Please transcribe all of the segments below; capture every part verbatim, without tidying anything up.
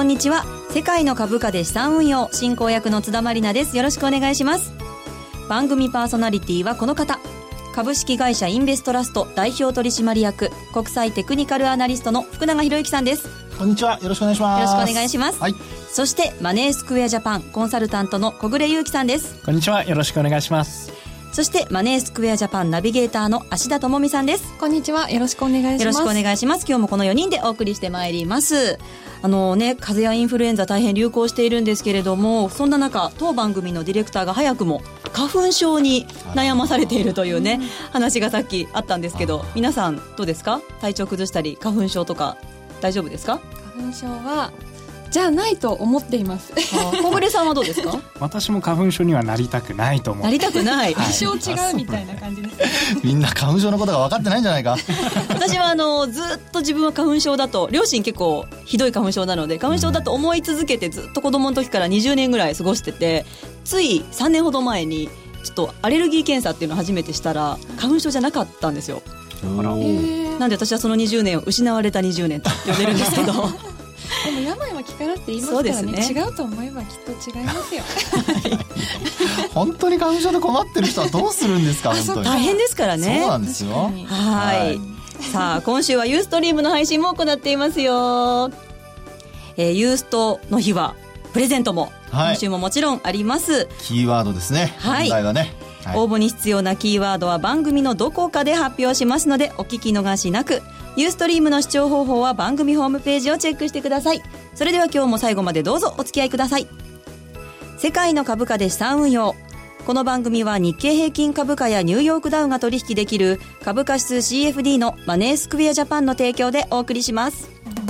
んにちは。世界の株価で資産運用進行役の津田まりなです。よろしくお願いします。番組パーソナリティはこの方、株式会社インベストラスト代表取締役国際テクニカルアナリストの福永博之さんです。 こんにちは。よろしくお願いします。 よろしくお願いします、 はい、 そしてマネースクエアジャパンコンサルタントの小暮優樹さんです。 こんにちは。よろしくお願いします。 そしてマネースクエアジャパンナビゲーターの芦田智美さんです。 こんにちは。よろしくお願いします。 よろしくお願いします。今日もこのよにんでお送りしてまいります。あのね、風邪やインフルエンザ大変流行しているんですけれども、そんな中当番組のディレクターが早くも花粉症に悩まされているというね話がさっきあったんですけど、皆さんどうですか？体調崩したり花粉症とか大丈夫ですか？ 花粉症はじゃないと思っています。 小暮さんはどうですか？ 私も花粉症にはなりたくないと思う。 なりたくない、 はい、一生違うみたいな感じですみんな花粉症のことが分かってないんじゃないか。 私はあのずっと自分は花粉症だと、両親結構ひどい花粉症なので花粉症だと思い続けて、ずっと子供の時からにじゅうねんぐらい過ごしてて、ついさんねんほど前にちょっとアレルギー検査っていうのを初めてしたら花粉症じゃなかったんですよ。なんで私はそのにじゅうねんを失われたにじゅうねんと呼んでるんですけどでも病は気からって言いますから ね, ね違うと思えばきっと違いますよ。 本当に花粉症で困ってる人はどうするんですか？本当に大変ですからね。 そうなんですよ。はい、 はい、さあ今週はユーストリームの配信も行っていますよ。えー、ユーストの日はプレゼントも今週ももちろんあります、はい、 キーワードですね。 はい、 問題はね、はい、 応募に必要なキーワードは番組のどこかで発表しますのでお聞き逃しなく。ユーストリームの視聴方法は番組ホームページをチェックしてください。それでは今日も最後までどうぞお付き合いください。世界の株価で資産運用。この番組は日経平均株価やニューヨークダウが取引できる株価指数 シーエフディー のマネースクエアジャパンの提供でお送りします。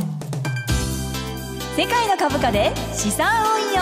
世界の株価で資産運用。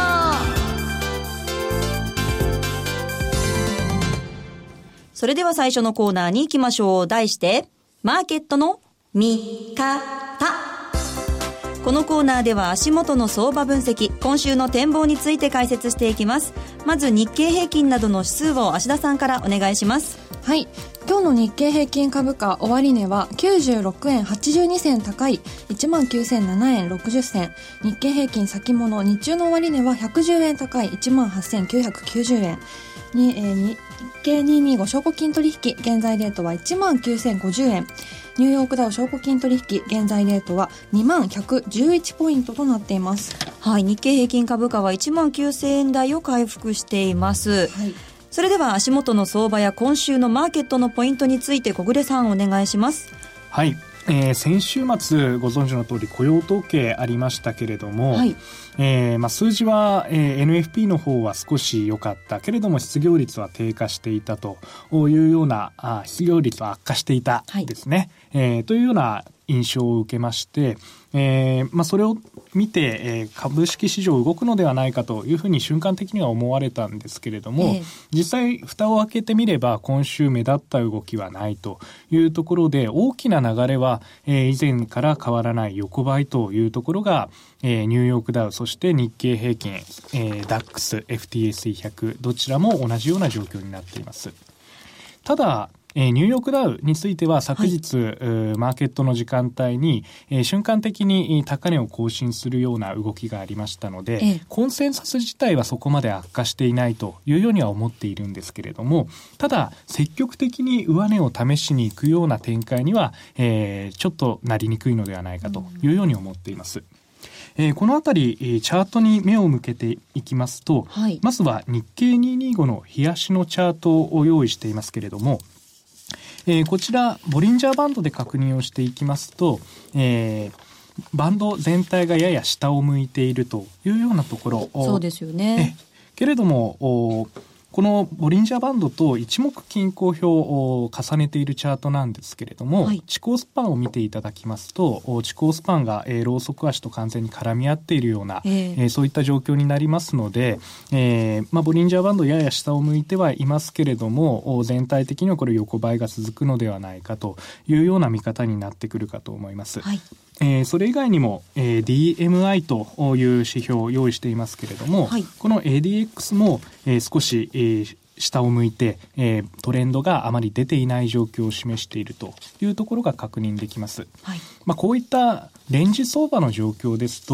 それでは最初のコーナーに行きましょう。題してマーケットの見方。このコーナーでは足元の相場分析、今週の展望について解説していきます。まず日経平均などの指数を芦田さんからお願いします。 はい、今日の日経平均株価終値はきゅうじゅうろくえんはちじゅうにせん高い いちまんきゅうせんななえんろくじゅっせん。日経平均先物日中の終値はひゃくじゅうえん高い いちまんはっせんきゅうひゃくきゅうじゅうえんに、えー、日経にひゃくにじゅうご証拠金取引現在レートは いちまんきゅうせんごじゅうえん。ニューヨークダウ証拠金取引現在レートは にまんひゃくじゅういちポイントとなっています。 はい、日経平均株価はいちまんきゅうせんえん台を回復しています、はい、それでは足元の相場や今週のマーケットのポイントについて小暮さんお願いします。 はい、えー、先週末ご存知の通り雇用統計ありましたけれども、はい、えーまあ、数字は、えー、エヌエフピー の方は少し良かったけれども失業率は低下していたというような、あ失業率は悪化していたですね、はい、えー、というような印象を受けまして、えーまあ、それを見て、えー、株式市場動くのではないかというふうに瞬間的には思われたんですけれども、えー、実際蓋を開けてみれば今週目立った動きはないというところで、大きな流れは、えー、以前から変わらない横ばいというところが、えー、ニューヨークダウそして日経平均、えー、ダックス エフティーエスイーひゃく どちらも同じような状況になっています。ただえー、ニューヨークダウについては昨日、はい、マーケットの時間帯に、えー、瞬間的に高値を更新するような動きがありましたので、ええ、コンセンサス自体はそこまで悪化していないというようには思っているんですけれども、ただ積極的に上値を試しに行くような展開には、えー、ちょっとなりにくいのではないかというように思っています。えー、このあたり、えー、チャートに目を向けていきますと、はい、まずは日経にひゃくにじゅうごの日足のチャートを用意していますけれども、えー、こちらボリンジャーバンドで確認をしていきますと、えー、バンド全体がやや下を向いているというようなところ。 そうですよね。 えけれどもこのボリンジャーバンドと一目均衡表を重ねているチャートなんですけれども、はい、地高スパンを見ていただきますと、地高スパンが、えー、ローソク足と完全に絡み合っているような、えーえー、そういった状況になりますので、えーまあ、ボリンジャーバンドやや下を向いてはいますけれども、全体的にはこれ横ばいが続くのではないかというような見方になってくるかと思います。はい、えー、それ以外にも、えー、ディーエムアイ という指標を用意していますけれども、はい、この エーディーエックス も、えー、少し、えー、下を向いて、えー、トレンドがあまり出ていない状況を示しているというところが確認できます。はい、まあ、こういったレンジ相場の状況ですと、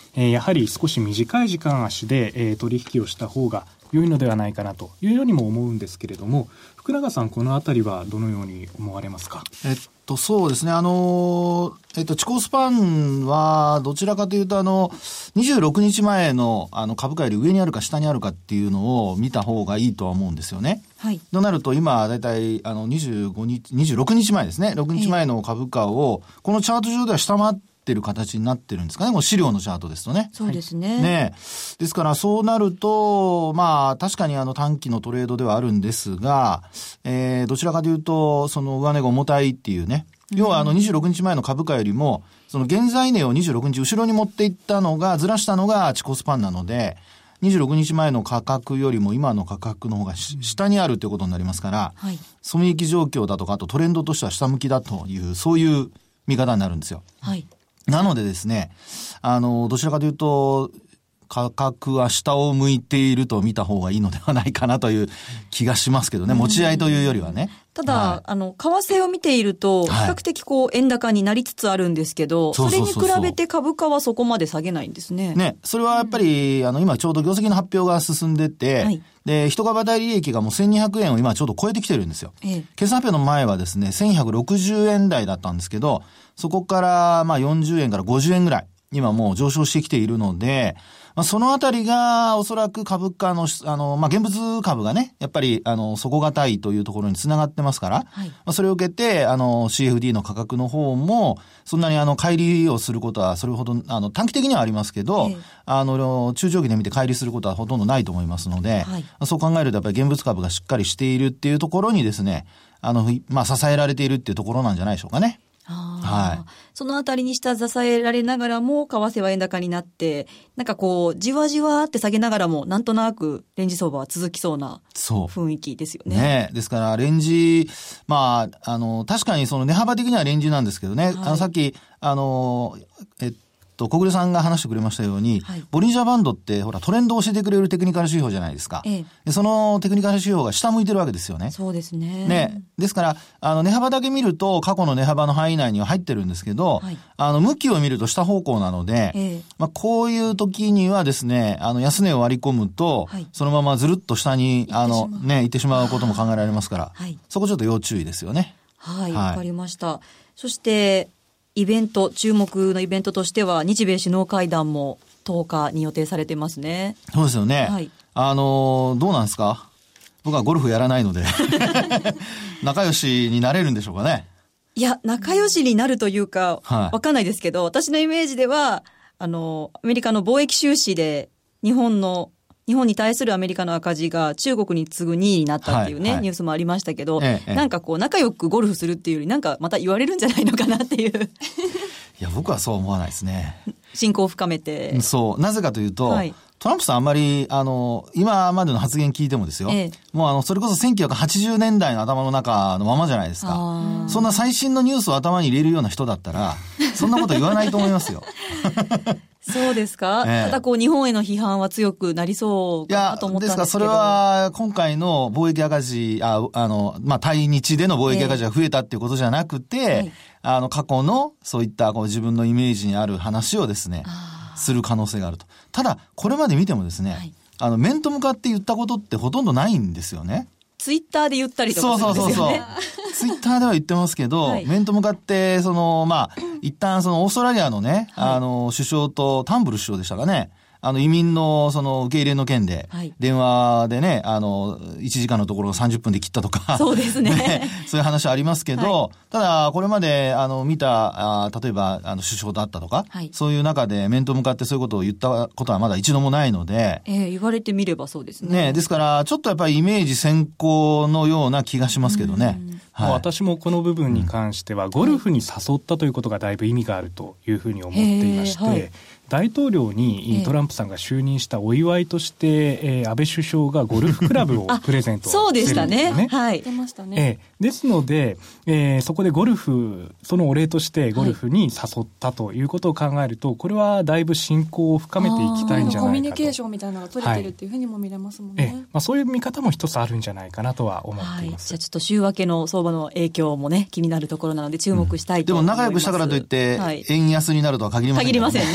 えー、やはり少し短い時間足で、えー、取引をした方が良いのではないかなというようにも思うんですけれども、福永さん、このあたりはどのように思われますか？ えっと、そうですね。あの、えっと、地高スパンは、どちらかというと、あの、にじゅうろくにちまえの、あの、株価より上にあるか下にあるかっていうのを見た方がいいとは思うんですよね。 はい。 となると、今、だいたい、あの、にじゅうごにち、にじゅうろくにちまえですね。ろくにちまえの株価を、このチャート上では下回ってってる形になってるんですかね。もう資料のチャートですとね。 そうですね。 ね。ですからそうなると、まあ確かにあの短期のトレードではあるんですが、えー、どちらかというと、その上値が重たいっていうね。要はあのにじゅうろくにちまえの株価よりも、その現在値をにじゅうろくにち後ろに持っていったのが、ずらしたのが地高スパンなので、にじゅうろくにちまえの価格よりも今の価格の方が下にあるということになりますから、はい、損益状況だとか、あとトレンドとしては下向きだという、そういう見方になるんですよ。はい。なのでですね、あの、どちらかというと、価格は下を向いていると見た方がいいのではないかなという気がしますけどね、持ち合いというよりはね。 ただ、はい、あの、為替を見ていると、比較的こう、円高になりつつあるんですけど、それに比べて株価はそこまで下げないんですね。 ね、それはやっぱり、あの、今ちょうど業績の発表が進んでて、はい、で、一株当たり利益がもうせんにひゃくえんを今ちょうど超えてきてるんですよ。ええ、決算発表の前はですね、せんひゃくろくじゅうえん台だったんですけど、そこからまあよんじゅうえんからごじゅうえんぐらい、今もう上昇してきているので、まあ、そのあたりがおそらく株価の、あの、まあ、現物株がね、やっぱり、あの、底堅いというところにつながってますから、はい、まあ、それを受けて、あの、シーエフディー の価格の方も、そんなにあの、乖離をすることは、それほど、あの、短期的にはありますけど、ええ、あの、中長期で見て乖離することはほとんどないと思いますので、はい、そう考えると、やっぱり現物株がしっかりしているっていうところにですね、あの、まあ、支えられているっていうところなんじゃないでしょうかね。 はい、そのあたりに下支えられながらも為替は円高になってなんかこうじわじわって下げながらもなんとなくレンジ相場は続きそうな雰囲気ですよね。 ね、ですからレンジまああの確かにその値幅的にはレンジなんですけどね、はい、あのさっきあのえっと小暮さんが話してくれましたように、はい、ボリンジャーバンドってほらトレンドを教えてくれるテクニカル指標じゃないですか、ええ、でそのテクニカル指標が下向いてるわけですよね。 そうですね。 ね、ですからあの値幅だけ見ると過去の値幅の範囲内には入ってるんですけど、はい、あの向きを見ると下方向なので、ええ、まあ、こういう時にはですねあの安値を割り込むと、はい、そのままずるっと下にあのね行ってしまうことも考えられますから、はい、そこちょっと要注意ですよね。 はい、わ、はい、かりました。そしてイベント、注目のイベントとしては日米首脳会談もとおかに予定されてますね。 そうですよね。はい、あのどうなんですか。僕はゴルフやらないので仲良しになれるんでしょうかね。 いや仲良しになるというか、はい、わかんないですけど、私のイメージではあのアメリカの貿易収支で日本の日本に対するアメリカの赤字が中国に次ぐにいになったっていうね、はいはい、ニュースもありましたけど、ええ、なんかこう仲良くゴルフするっていうよりなんかまた言われるんじゃないのかなっていういや僕はそう思わないですね。 親交を深めて。 そうなぜかというと、はい、トランプさんあんまりあの今までの発言聞いてもですよ、ええ、もうあのそれこそせんきゅうひゃくはちじゅうねんだいの頭の中のままじゃないですか。そんな最新のニュースを頭に入れるような人だったらそんなこと言わないと思いますよそうですか、ええ、ただこう日本への批判は強くなりそうかなと思ったんですけど。いやですからそれは今回の貿易赤字ああの、まあ、対日での貿易赤字が増えたっていうことじゃなくて、ええ、あの過去のそういったこう自分のイメージにある話をですねする可能性があると。ただこれまで見てもですね、はい、あの面と向かって言ったことってほとんどないんですよね。 ツイッターで言ったりとかするんですよね。そうそうそうそうツイッターでは言ってますけど、はい、面と向かってそのまあ一旦そのオーストラリアのね、はい、あの首相とタンブル首相でしたかね、あの移民のその受け入れの件で、はい、電話でねあのいちじかんのところをさんじゅっぷんで切ったとかそうですねねそういう話ありますけど、はい、ただこれまであの見たあ例えばあの首相だったとか、はい、そういう中で面と向かってそういうことを言ったことはまだ一度もないので、 えー、言われてみればそうですね。 ねですからちょっとやっぱりイメージ先行のような気がしますけどね。 はい、私もこの部分に関してはゴルフに誘ったということがだいぶ意味があるというふうに思っていまして、はい、大統領にトランプさんが就任したお祝いとして、えー、安倍首相がゴルフクラブをプレゼントしてるんですよね。 そうでしたね。はい。 出ましたね。 えー、ですので、えー、そこでゴルフそのお礼としてゴルフに誘ったということを考えると、はい、これはだいぶ親交を深めていきたいんじゃないかと。 コミュニケーションみたいなのが取れてるっていうふうにも見れますもんね。はい、えーまあ、そういう見方も一つあるんじゃないかなとは思っています。 はい、じゃあちょっと週明けの相場の影響もね気になるところなので注目したいと思います。 うん、でも仲良くしたからといって、はい、円安になるとは限りません、ね、 限りませんね。そ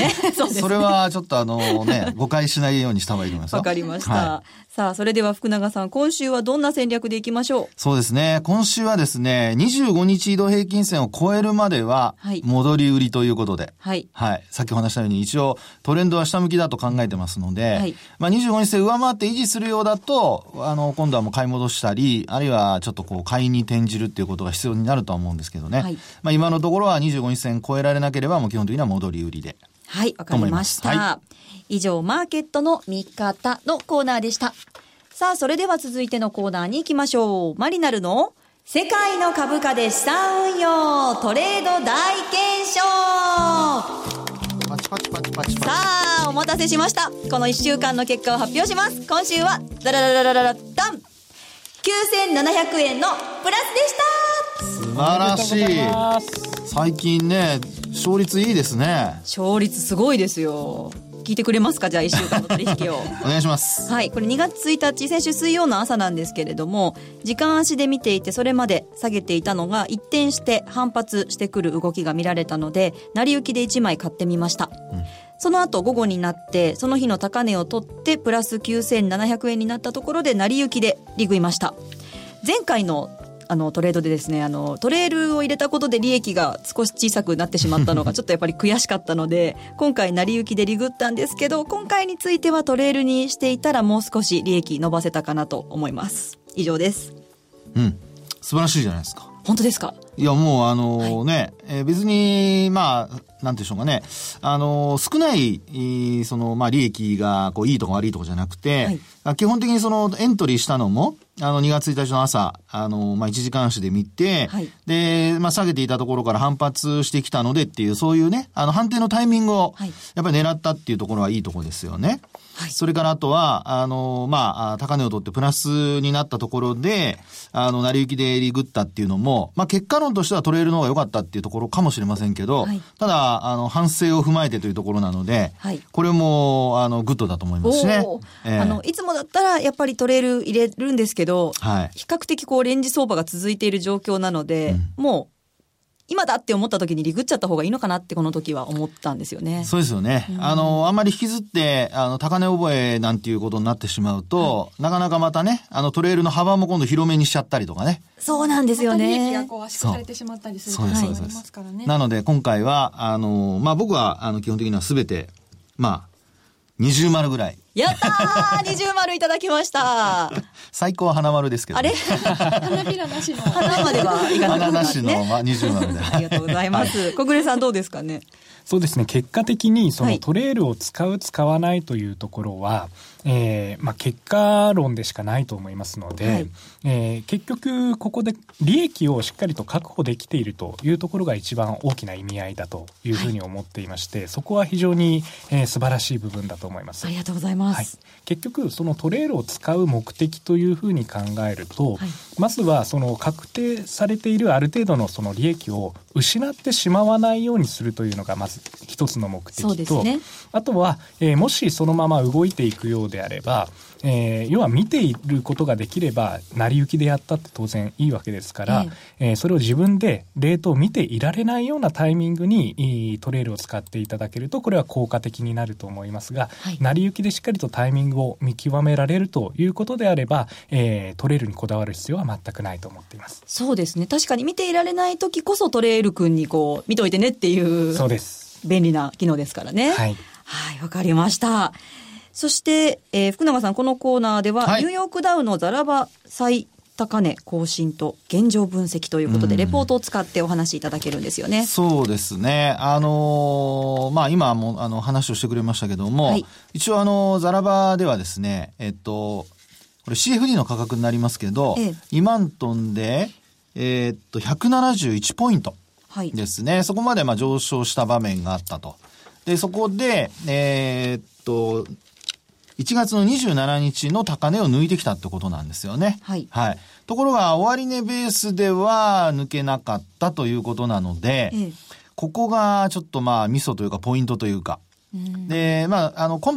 そうですね。 それはちょっとあのね、誤解しないようにした方がいいと思いますよ。 わかりました。 はい、 さあ、それでは福永さん、今週はどんな戦略でいきましょう？ そうですね。今週はですね、にじゅうごにち移動平均線を超えるまでは、戻り売りということで、はい。はい。さっきお話したように、一応トレンドは下向きだと考えてますので、はい、まあにじゅうごにち線上回って維持するようだと、あの、今度はもう買い戻したり、あるいはちょっとこう、買いに転じるっていうことが必要になるとは思うんですけどね。はい。まあ今のところはにじゅうごにち線超えられなければ、もう基本的には戻り売りで。 はい、わかりました。はい、以上、マーケットの見方のコーナーでした。さあ、それでは続いてのコーナーに行きましょう。マリナルの世界の株価で資産運用トレード大検証。 パチパチパチパチパチ。 さあ、お待たせしました。このいっしゅうかんの結果を発表します。今週はダララララララダンきゅうせんななひゃくえんのプラスでした。 素晴らしい。最近ね、勝率いいですね。 勝率すごいですよ。聞いてくれますか？じゃあいっしゅうかんの取引をお願いします。 はい、これにがつついたち、先週水曜の朝なんですけれども、時間足で見ていて、それまで下げていたのが一転して反発してくる動きが見られたので、成り行きでいちまい買ってみました、うん、その後午後になってその日の高値を取ってプラスきゅうせんななひゃくえんになったところで成り行きで利食いました。前回のあのトレードでですね、あのトレールを入れたことで利益が少し小さくなってしまったのがちょっとやっぱり悔しかったので、今回成り行きで利食ったんですけど、今回についてはトレールにしていたらもう少し利益伸ばせたかなと思います。以上です。 うん、素晴らしいじゃないですか。 本当ですか？ いやもうあのーはい、ね、えー、別にまあなんていうんでしょうかね、あのー、少ないそのまあ利益がこういいとか悪いとかじゃなくて、はい、基本的にそのエントリーしたのもあのにがつついたちの朝あのー、まあいちじかん足で見て、はい、でまあ下げていたところから反発してきたのでっていうそういうねあの判定のタイミングをやっぱり狙ったっていうところはいいところですよね。はい、それからあとは、あの、まあ、高値を取ってプラスになったところで、あの、成り行きで利食ったっていうのも、まあ、結果論としてはトレールの方が良かったっていうところかもしれませんけど、はい、ただ、あの、反省を踏まえてというところなので、はい、これも、あの、グッドだと思いますしね。 えー、あの、いつもだったらやっぱりトレール入れるんですけど、はい、比較的こう、レンジ相場が続いている状況なので、うん、もう、今だって思った時に利食っちゃった方がいいのかなってこの時は思ったんですよね。 そうですよね。うん、あの、あんまり引きずって、あの、高値覚えなんていうことになってしまうと、はい、なかなかまたね、あの、トレールの幅も今度広めにしちゃったりとかね。 そうなんですよね。 また利益がこう圧縮されてしまったりすることもありますからね。 なので今回は、あの、まあ、僕は、あの、基本的には全て、まあ、二重丸ぐらい。 やったー二重丸いただきました最高は花丸ですけど、 ね、あれ花びらなしの。 花まではいかなかったですね。 花なしの二重丸で。 ありがとうございます。小暮さんどうですかね。 そうですね。結果的にそのトレールを使う使わないというところは、はい、えー、まあ結果論でしかないと思いますので、はい、えー、結局ここで利益をしっかりと確保できているというところが一番大きな意味合いだというふうに思っていまして、はい、そこは非常に、えー、素晴らしい部分だと思います。 ありがとうございます。 はい、結局そのトレールを使う目的というふうに考えると、はい、まずはその確定されているある程度のその利益を失ってしまわないようにするというのがまず一つの目的と、 そうですね、 あとは、えー、もしそのまま動いていくようであれば、えー、要は見ていることができれば成り行きでやったって当然いいわけですから、えーえー、それを自分でレートを見ていられないようなタイミングにトレールを使っていただけるとこれは効果的になると思いますが、はい、成り行きでしっかりとタイミングを見極められるということであれば、えー、トレールにこだわる必要は全くないと思っています。 そうですね。確かに見ていられない時こそトレール君にこう見といてねっていう、 そうです、 便利な機能ですからね。はい、はい、わかりました。そして、えー、福永さん、このコーナーでは、はい、ニューヨークダウのザラバ最高値更新と現状分析ということでレポートを使ってお話しいただけるんですよね。 そうですね。あのー、まあ今もあの話をしてくれましたけども、はい、一応あのザラバではですね、えっとこれ シーエフディー の価格になりますけど、ええ、にまんトンでえー、っとひゃくななじゅういちポイントですね。はい、そこまでまあ上昇した場面があったと。でそこでえー、っといちがつのにじゅうしちにちの高値を抜いてきたってことなんですよね。はい。はい。ところが、終値ベースでは抜けなかったということなので、ええ、ここがちょっとまあ、ミソというか、ポイントというか。うん、で、まあ、あの、今晩、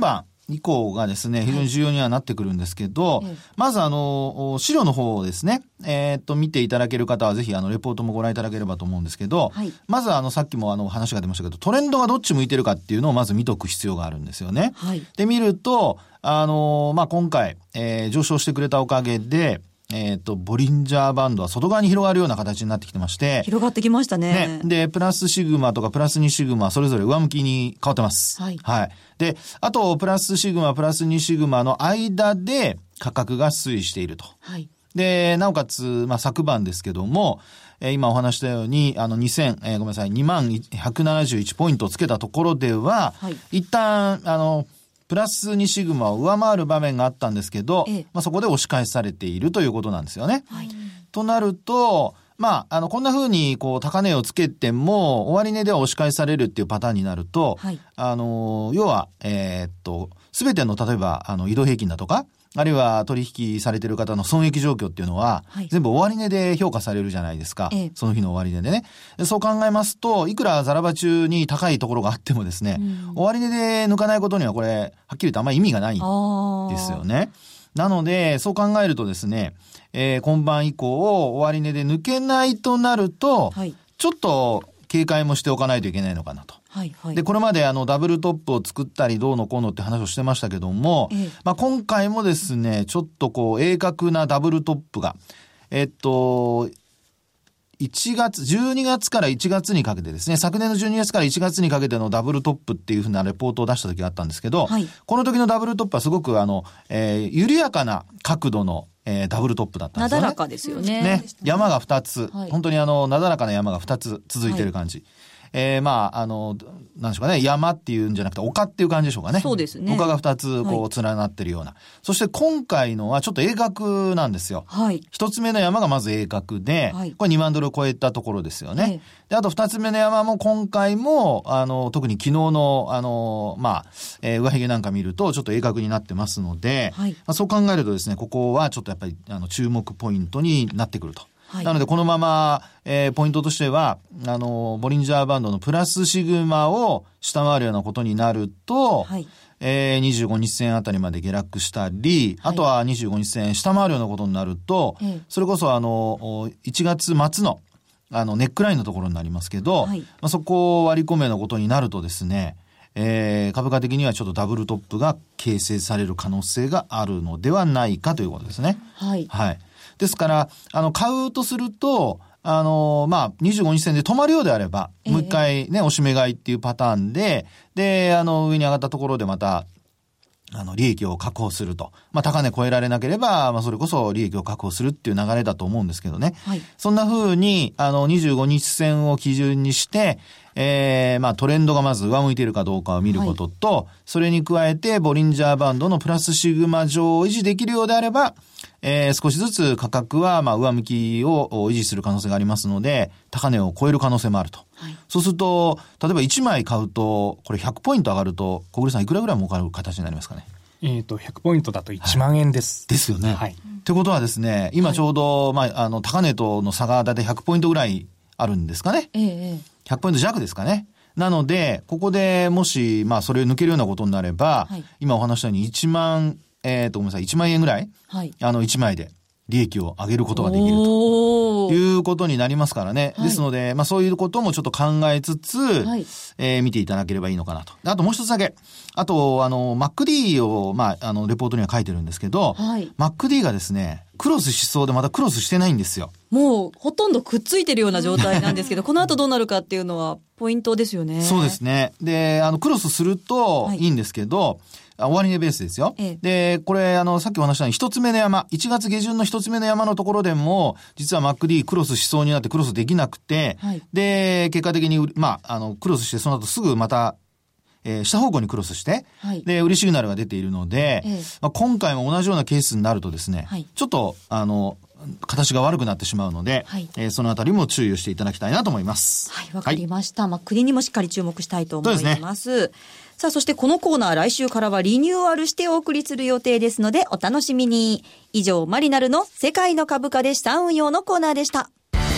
以降がですね、非常に重要にはなってくるんですけど、はい、まずあの、資料の方をですね、えー、っと、見ていただける方はぜひあの、レポートもご覧いただければと思うんですけど、はい、まずあの、さっきもあの、話が出ましたけど、トレンドがどっち向いてるかっていうのをまず見とく必要があるんですよね。はい、で、見ると、あの、まあ、今回、えー、上昇してくれたおかげで、えっと、ボリンジャーバンドは外側に広がるような形になってきてまして。 広がってきましたね。 ね。で、プラスシグマとかプラスにシグマはそれぞれ上向きに変わってます。はい。はい。で、あと、プラスシグマ、プラスにシグマの間で価格が推移していると。はい。で、なおかつ、まあ、昨晩ですけども、えー、今お話したように、あの、にせん、えー、ごめんなさい、にまんひゃくななじゅういちポイントをつけたところでは、はい、一旦、あの、プラスにシグマを上回る場面があったんですけど、ええ、まあ、そこで押し返されているということなんですよね。はい、となると、まあ、あの、こんな風に、こう、高値をつけても、終値では押し返されるっていうパターンになると、はい、あの、要は、えー、っと、すべての、例えば、あの、移動平均だとか、あるいは取引されている方の損益状況っていうのは、はい、全部終値で評価されるじゃないですか。ええ、その日の終値でね。そう考えますと、いくらザラバ中に高いところがあってもですね、うん、終値で抜かないことにはこれ、はっきり言ってあんまり意味がないんですよね。なので、そう考えるとですね、えー、今晩以降、終値で抜けないとなると、はい、ちょっと警戒もしておかないといけないのかなと。はいはい、で、これまであのダブルトップを作ったりどうのこうのって話をしてましたけども、ええ、まあ今回もですね、ちょっとこう鋭角なダブルトップが、えっと、いちがつ、じゅうにがつからいちがつにかけてですね、昨年のじゅうにがつからいちがつにかけてのダブルトップっていうふうなレポートを出した時があったんですけど、はい、この時のダブルトップはすごくあの、えー、緩やかな角度のえー、ダブルトップだったんですよね。 なだらかですよね。 ね。山がふたつ、はい、本当にあの、なだらかな山がふたつ続いてる感じ。はい、えー、まあ、あの、なんでしょうかね、山っていうんじゃなくて丘っていう感じでしょうかね。 そうですね。 丘がふたつこう連なってるような。はい、そして今回のはちょっと鋭角なんですよ。はい。一つ目の山がまず鋭角で、はい、これにまんドルを超えたところですよね。はい、で、あと二つ目の山も今回も、あの、特に昨日の、あの、まあ、えー、上髭なんか見るとちょっと鋭角になってますので、はい、まあ、そう考えるとですね、ここはちょっとやっぱり、あの、注目ポイントになってくると。はい、なのでこのまま、えー、ポイントとしては、あの、ボリンジャーバンドのプラスシグマを下回るようなことになると、はい、えー、にじゅうごにち線あたりまで下落したり、はい、あとはにじゅうごにち線下回るようなことになると、はい、それこそあの、いちがつ末の、あの、ネックラインのところになりますけど、はい、まあ、そこを割り込めようなことになるとですね、えー、株価的にはちょっとダブルトップが形成される可能性があるのではないかということですね。はい。はい。ですから、あの、買うとすると、あの、まあ、にじゅうごにち線で止まるようであれば、もう一回ね、押し目買いっていうパターンで、で、あの、上に上がったところでまた、あの、利益を確保すると。まあ、高値超えられなければ、まあ、それこそ利益を確保するっていう流れだと思うんですけどね。はい。そんな風に、あの、にじゅうごにち線を基準にして、えー、まあ、トレンドがまず上向いているかどうかを見ることと、はい、それに加えて、ボリンジャーバンドのプラスシグマ上を維持できるようであれば、えー、少しずつ価格は、まあ、上向きを維持する可能性がありますので、高値を超える可能性もあると。はい、そうすると、例えばいちまい買うと、これひゃくポイント上がると、小暮さんいくらぐらい儲かる形になりますかね。 えっと、ひゃくポイントだといちまんえんです。 はい、ですよね。はい。ってことはですね、今ちょうど、はい、まあ、あの、高値との差がだいたいひゃくポイントぐらいあるんですかね。ええ。ひゃくポイント弱ですかね。なので、ここでもし、まあ、それを抜けるようなことになれば、はい、今お話したようにいちまん、えっと、ごめんなさい、いちまんえんぐらい、はい、あの、いちまいで利益を上げることができるということになりますからね。はい、ですので、まあ、そういうこともちょっと考えつつ、はい、えー、見ていただければいいのかなと。あともう一つだけ。あと、あの、マックディー を、まあ、あの、レポートには書いてるんですけど、はい、マックディー がですね、クロスしそうでまたクロスしてないんですよ。 もうほとんどくっついてるような状態なんですけど、この後どうなるかっていうのはポイントですよね。 そうですね。で、あの、クロスするといいんですけど、はい、終値ベースですよ。ええ、で、これ、あの、さっきお話したように一つ目の山、いちがつ下旬の一つ目の山のところでも、実はマックディー クロスしそうになってクロスできなくて、はい、で、結果的に、まあ、あの、クロスしてその後すぐまた、えー、下方向にクロスして、はい、で、売りシグナルが出ているので、ええ、まあ、今回も同じようなケースになるとですね、はい、ちょっと、あの、形が悪くなってしまうので、はい、えー、そのあたりも注意をしていただきたいなと思います。 はい、わかりました。はい、まあ、国にもしっかり注目したいと思います。そうですね。さあ、そしてこのコーナー来週からはリニューアルしてお送りする予定ですのでお楽しみに。以上、マリナルの世界の株価で資産運用のコーナーでした。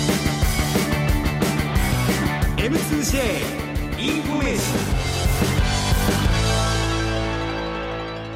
エムツージェー インフォメーション。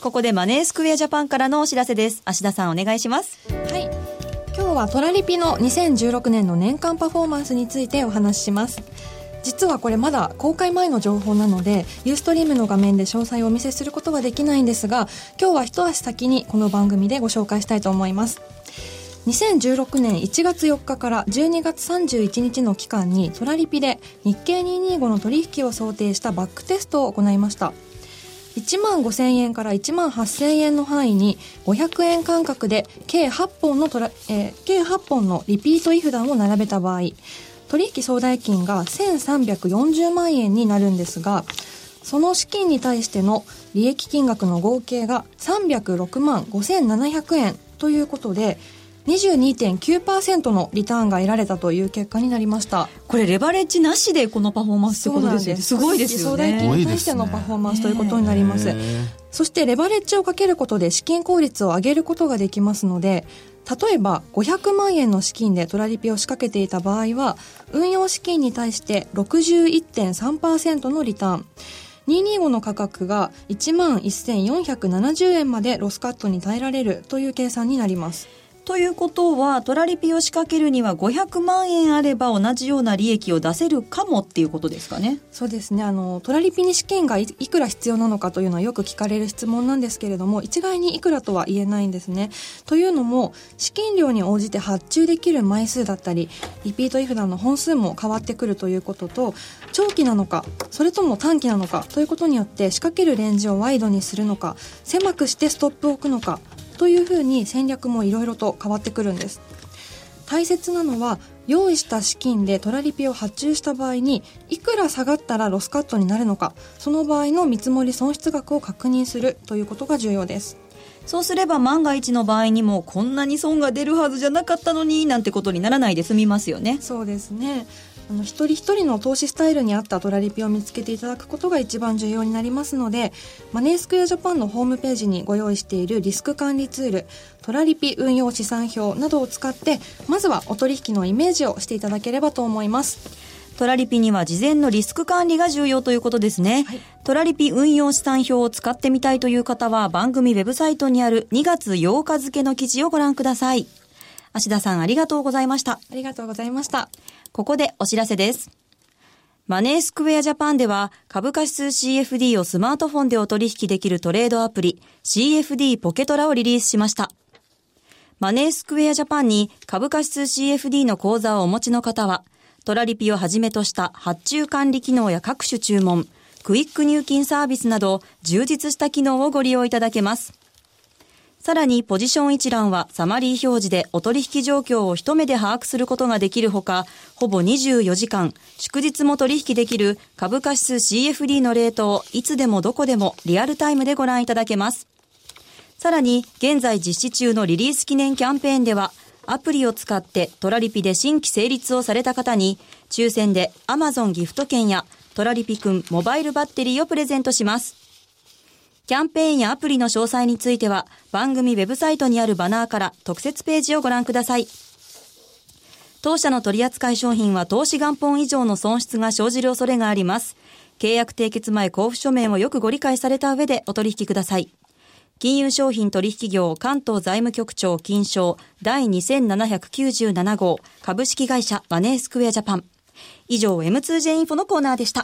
ここでマネースクエアジャパンからのお知らせです。芦田さんお願いします。 はい、今日はトラリピのにせんじゅうろくねんの年間パフォーマンスについてお話しします。実はこれまだ公開前の情報なのでユーストリームの画面で詳細をお見せすることはできないんですが、今日は一足先にこの番組でご紹介したいと思います。にせんじゅうろくねんいちがつよっかからじゅうにがつさんじゅういちにちの期間にトラリピで日経にひゃくにじゅうごの取引を想定したバックテストを行いました。いちまんごせんえんからいちまんはっせんえんの範囲にごひゃくえん間隔で計はっぽんのトラ、えー、計はっぽんのリピートイフダンを並べた場合、取引総代金がせんさんびゃくよんじゅうまんえんになるんですが、その資金に対しての利益金額の合計がさんびゃくろくまんごせんななひゃくえんということで にじゅうにてんきゅうパーセント のリターンが得られたという結果になりました。 これレバレッジなしでこのパフォーマンスってことですよね。すごいですよね。 総代金に対してのパフォーマンスということになります。そしてレバレッジをかけることで資金効率を上げることができますので、例えばごひゃくまんえんの資金でトラリピを仕掛けていた場合は運用資金に対して ろくじゅういってんさんパーセント のリターン、にひゃくにじゅうごの価格が いちまんせんよんひゃくななじゅうえんまでロスカットに耐えられるという計算になります。 ということはトラリピを仕掛けるにはごひゃくまんえんあれば同じような利益を出せるかもっていうことですかね。 そうですね。あのトラリピに資金が い, いくら必要なのかというのはよく聞かれる質問なんですけれども、一概にいくらとは言えないんですね。というのも資金量に応じて発注できる枚数だったりリピートイフダンの本数も変わってくるということと、長期なのかそれとも短期なのかということによって仕掛けるレンジをワイドにするのか狭くしてストップを置くのかというふうに戦略もいろいろと変わってくるんです。大切なのは用意した資金でトラリピを発注した場合にいくら下がったらロスカットになるのか、その場合の見積もり損失額を確認するということが重要です。 そうすれば万が一の場合にもこんなに損が出るはずじゃなかったのになんてことにならないで済みますよね。 そうですね。あの一人一人の投資スタイルに合ったトラリピを見つけていただくことが一番重要になりますので、マネースクエアジャパンのホームページにご用意しているリスク管理ツール、トラリピ運用試算表などを使ってまずはお取引のイメージをしていただければと思います。 トラリピには事前のリスク管理が重要ということですね、はい、トラリピ運用資産表を使ってみたいという方は番組ウェブサイトにあるにがつようか付の記事をご覧ください。芦田さんありがとうございました。 ありがとうございました。 ここでお知らせです。マネースクエアジャパンでは株価指数 シーエフディー をスマートフォンでお取引できるトレードアプリ シーエフディー ポケトラをリリースしました。マネースクエアジャパンに株価指数 シーエフディー の口座をお持ちの方はトラリピをはじめとした発注管理機能や各種注文、クイック入金サービスなど充実した機能をご利用いただけます。さらにポジション一覧はサマリー表示でお取引状況を一目で把握することができるほか、ほぼにじゅうよじかん、祝日も取引できる株価指数 シーエフディー のレートをいつでもどこでもリアルタイムでご覧いただけます。さらに現在実施中のリリース記念キャンペーンでは、アプリを使ってトラリピで新規成立をされた方に抽選で Amazon ギフト券やトラリピくんモバイルバッテリーをプレゼントします。キャンペーンやアプリの詳細については番組ウェブサイトにあるバナーから特設ページをご覧ください。当社の取扱い商品は投資元本以上の損失が生じる恐れがあります。契約締結前交付書面をよくご理解された上でお取引ください。金融商品取引業関東財務局長金賞第にせんななひゃくきゅうじゅうなな号株式会社マネースクエアジャパン。以上 エムツージェー インフォのコーナーでした。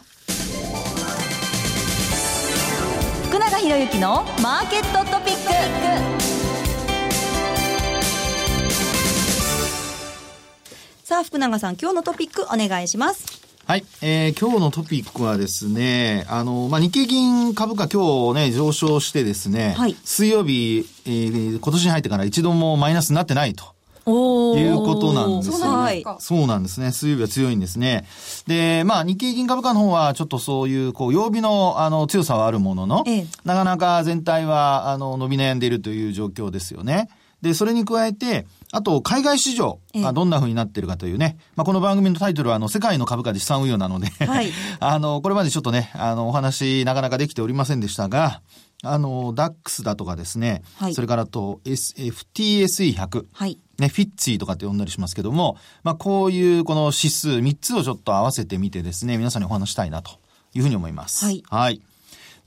福永博之のマーケットトピック。さあ福永さん、今日のトピックお願いします。 はい、えー、今日のトピックはですね、あの、まあ、日経銀株価今日ね、上昇してですね、はい、水曜日、えー、今年に入ってから一度もマイナスになってないと。いうことなんですよ。そうなんですか。そうなんですね。水曜日は強いんですね。で、まあ、日経銀株価の方はちょっとそういう、こう、曜日の、あの、強さはあるものの、ええ、なかなか全体は、あの、伸び悩んでいるという状況ですよね。で、それに加えて、あと、海外市場がどんな風になっているかというね、ええ、まあ、この番組のタイトルは、あの、世界の株価で資産運用なので、はい、あの、これまでちょっとね、あの、お話、なかなかできておりませんでしたが、あの、ダックス だとかですね、はい、それからと、S、エフティーエスイーひゃく、はい、ね、フィッツィとかって呼んだりしますけども、まあ、こういうこの指数みっつをちょっと合わせてみてですね、皆さんにお話したいなというふうに思います。はい。はい。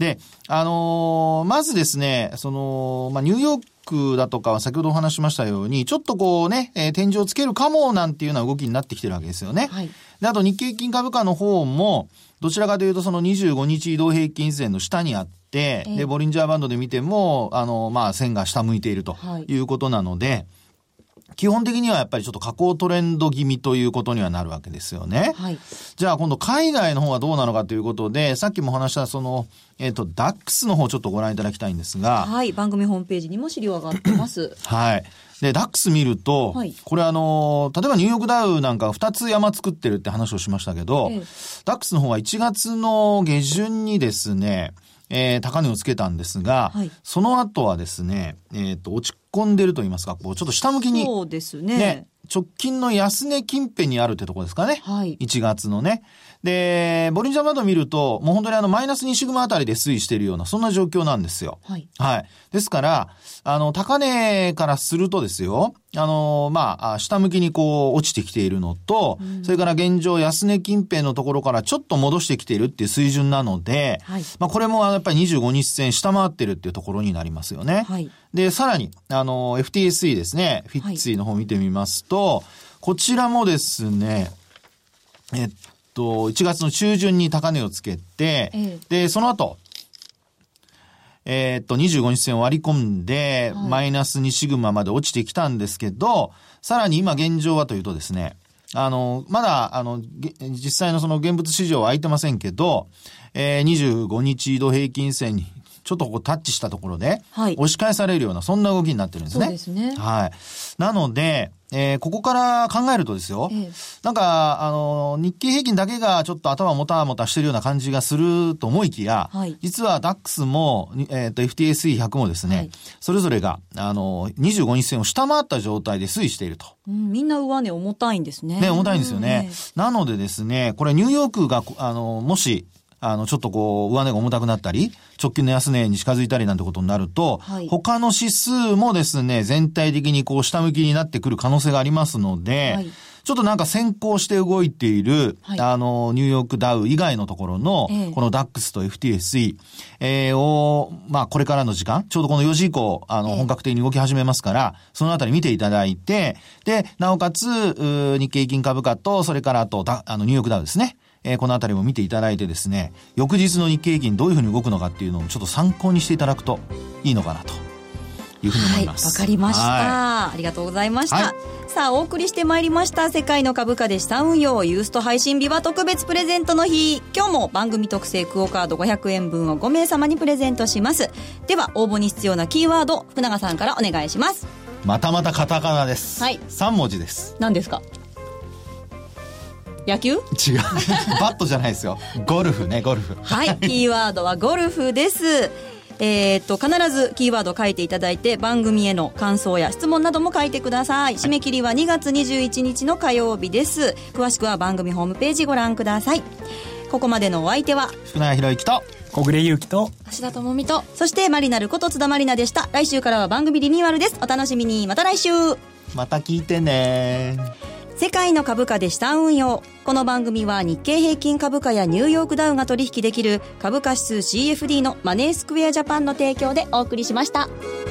で、あのー、まずですね、その、まあ、ニューヨークだとかは先ほどお話しましたように、ちょっとこうね、えー、天井をつけるかもなんていうような動きになってきてるわけですよね。はい。で、あと日経平均株価の方も、どちらかというとそのにじゅうごにち移動平均線の下にあって、えー、で、ボリンジャーバンドで見ても、あの、まあ、線が下向いているということなので、はい、基本的にはやっぱりちょっと下降トレンド気味ということにはなるわけですよね。はい。じゃあ今度海外の方はどうなのかということで、さっきも話したその、えっと、ダックス の方をちょっとご覧いただきたいんですが。 はい。番組ホームページにも資料が上がってます。 はい。で、ダックス 見ると、はい、これあの、例えばニューヨークダウなんかふたつ山作ってるって話をしましたけど、ええ、ダックス の方はいちがつの下旬にですね、えー、高値をつけたんですが、はい、その後はですね、えっと、落ち込んでると言いますか、こうちょっと下向きに。 そうですね。 ね、直近の安値近辺にあるってとこですかね。はい。いちがつのね。で、ボリンジャーバンドを見ると、もう本当にあの、マイナスにシグマあたりで推移しているような、そんな状況なんですよ。はい。はい。ですから、あの、高値からするとですよ、あの、まあ、下向きにこう、落ちてきているのと、うん、それから現状、安値近辺のところからちょっと戻してきているっていう水準なので、はい。まあ、これもやっぱりにじゅうごにち線下回ってるっていうところになりますよね。はい。で、さらに、あの、エフティーエスイー ですね、フィッツィの方見てみますと、はい、こちらもですね、えっと、いちがつの中旬に高値をつけて、ええ、で、その後、えっと、にじゅうごにち線を割り込んで、はい、マイナスにシグマまで落ちてきたんですけど、さらに今現状はというとですね、あの、まだ、あの、実際のその現物市場は空いてませんけど、えー、にじゅうごにち移動平均線にちょっとこうタッチしたところで、はい、押し返されるような、そんな動きになってるんですね。 そうですね。 はい。なので、えー、ここから考えるとですよ、ええ、なんか、あの、日経平均だけがちょっと頭もたもたしてるような感じがすると思いきや、はい、実は ダックス も、えっと、エフティーエスイーひゃく もですね、はい、それぞれが、あの、にじゅうごにち線を下回った状態で推移していると。 うん、みんな上値重たいんですね。 ね、重たいんですよね。なのでですね、これニューヨークが、あの、もし、あの、ちょっとこう、上値が重たくなったり、直近の安値に近づいたりなんてことになると、はい、他の指数もですね、全体的にこう、下向きになってくる可能性がありますので、はい、ちょっとなんか先行して動いている、はい、あの、ニューヨークダウ以外のところの、えー、この ダックス と エフティーエスイー、えー、を、まあ、これからの時間、ちょうどこのよじ以降、あの、本格的に動き始めますから、そのあたり見ていただいて、で、なおかつ、日経平均株価と、それからあと、あの、ニューヨークダウですね。えー、このあたりも見ていただいてですね、翌日の日経平均どういうふうに動くのかっていうのをちょっと参考にしていただくといいのかなというふうに思います。 はい、わかりました、はい。ありがとうございました。はい、さあ、お送りしてまいりました世界の株価で資産運用ユースト配信日は特別プレゼントの日。今日も番組特製クオカードごひゃくえんぶんをごめいさまにプレゼントします。では、応募に必要なキーワード、福永さんからお願いします。 またまたカタカナです。はい。さんもじです。 何ですか？野球？違うバットじゃないですよ。ゴルフね、ゴルフ。 はい、キーワードはゴルフです。えー、っと必ずキーワード書いていただいて、番組への感想や質問なども書いてください。締め切りはにがつにじゅういちにちの火曜日です。詳しくは番組ホームページご覧ください。ここまでのお相手は福永博之と小暮優樹と橋田智美と、 そしてマリナルこと津田マリナでした。来週からは番組リニューアルです。お楽しみに。また来週。 また聞いてね。 世界の株価で資産運用。この番組は日経平均株価やニューヨークダウが取引できる株価指数 シーエフディー のマネースクエアジャパンの提供でお送りしました。